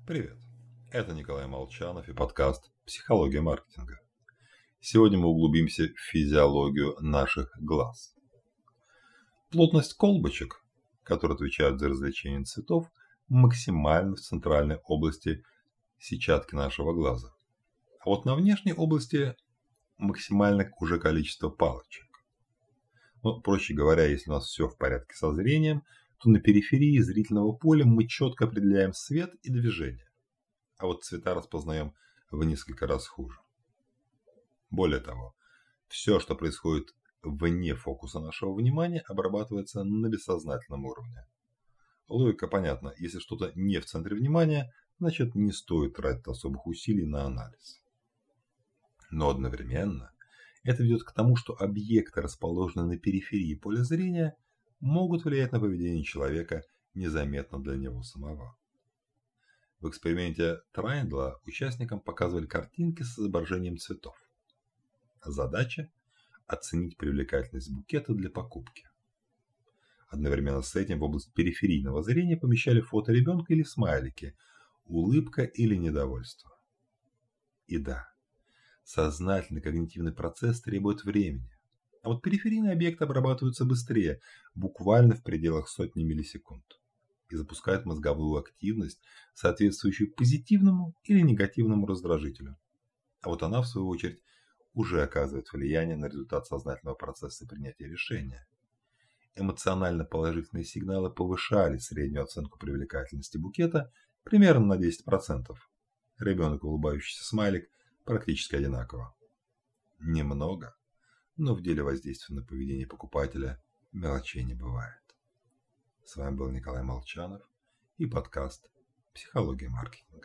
Привет, это Николай Молчанов и подкаст «Психология маркетинга». Сегодня мы углубимся в физиологию наших глаз. Плотность колбочек, которые отвечают за развлечение цветов, максимальна в центральной области сетчатки нашего глаза. А вот на внешней области максимальное уже количество палочек. Проще говоря, если у нас все в порядке со зрением, то на периферии зрительного поля мы четко определяем свет и движение, а вот цвета распознаем в несколько раз хуже. Более того, все, что происходит вне фокуса нашего внимания, обрабатывается на бессознательном уровне. Логика понятна, если что-то не в центре внимания, значит не стоит тратить особых усилий на анализ. Но одновременно это ведет к тому, что объекты, расположенные на периферии поля зрения, могут влиять на поведение человека незаметно для него самого. В эксперименте Трайндла участникам показывали картинки с изображением цветов. Задача – оценить привлекательность букета для покупки. Одновременно с этим в область периферийного зрения помещали фото ребенка или смайлики, улыбка или недовольство. И да, сознательный когнитивный процесс требует времени. А вот периферийные объекты обрабатываются быстрее, буквально в пределах сотни миллисекунд, и запускают мозговую активность, соответствующую позитивному или негативному раздражителю. А вот она, в свою очередь, уже оказывает влияние на результат сознательного процесса принятия решения. Эмоционально положительные сигналы повышали среднюю оценку привлекательности букета примерно на 10%. Ребенок и улыбающийся смайлик практически одинаково. Немного. Но в деле воздействия на поведение покупателя мелочей не бывает. С вами был Николай Молчанов и подкаст «Психология маркетинга».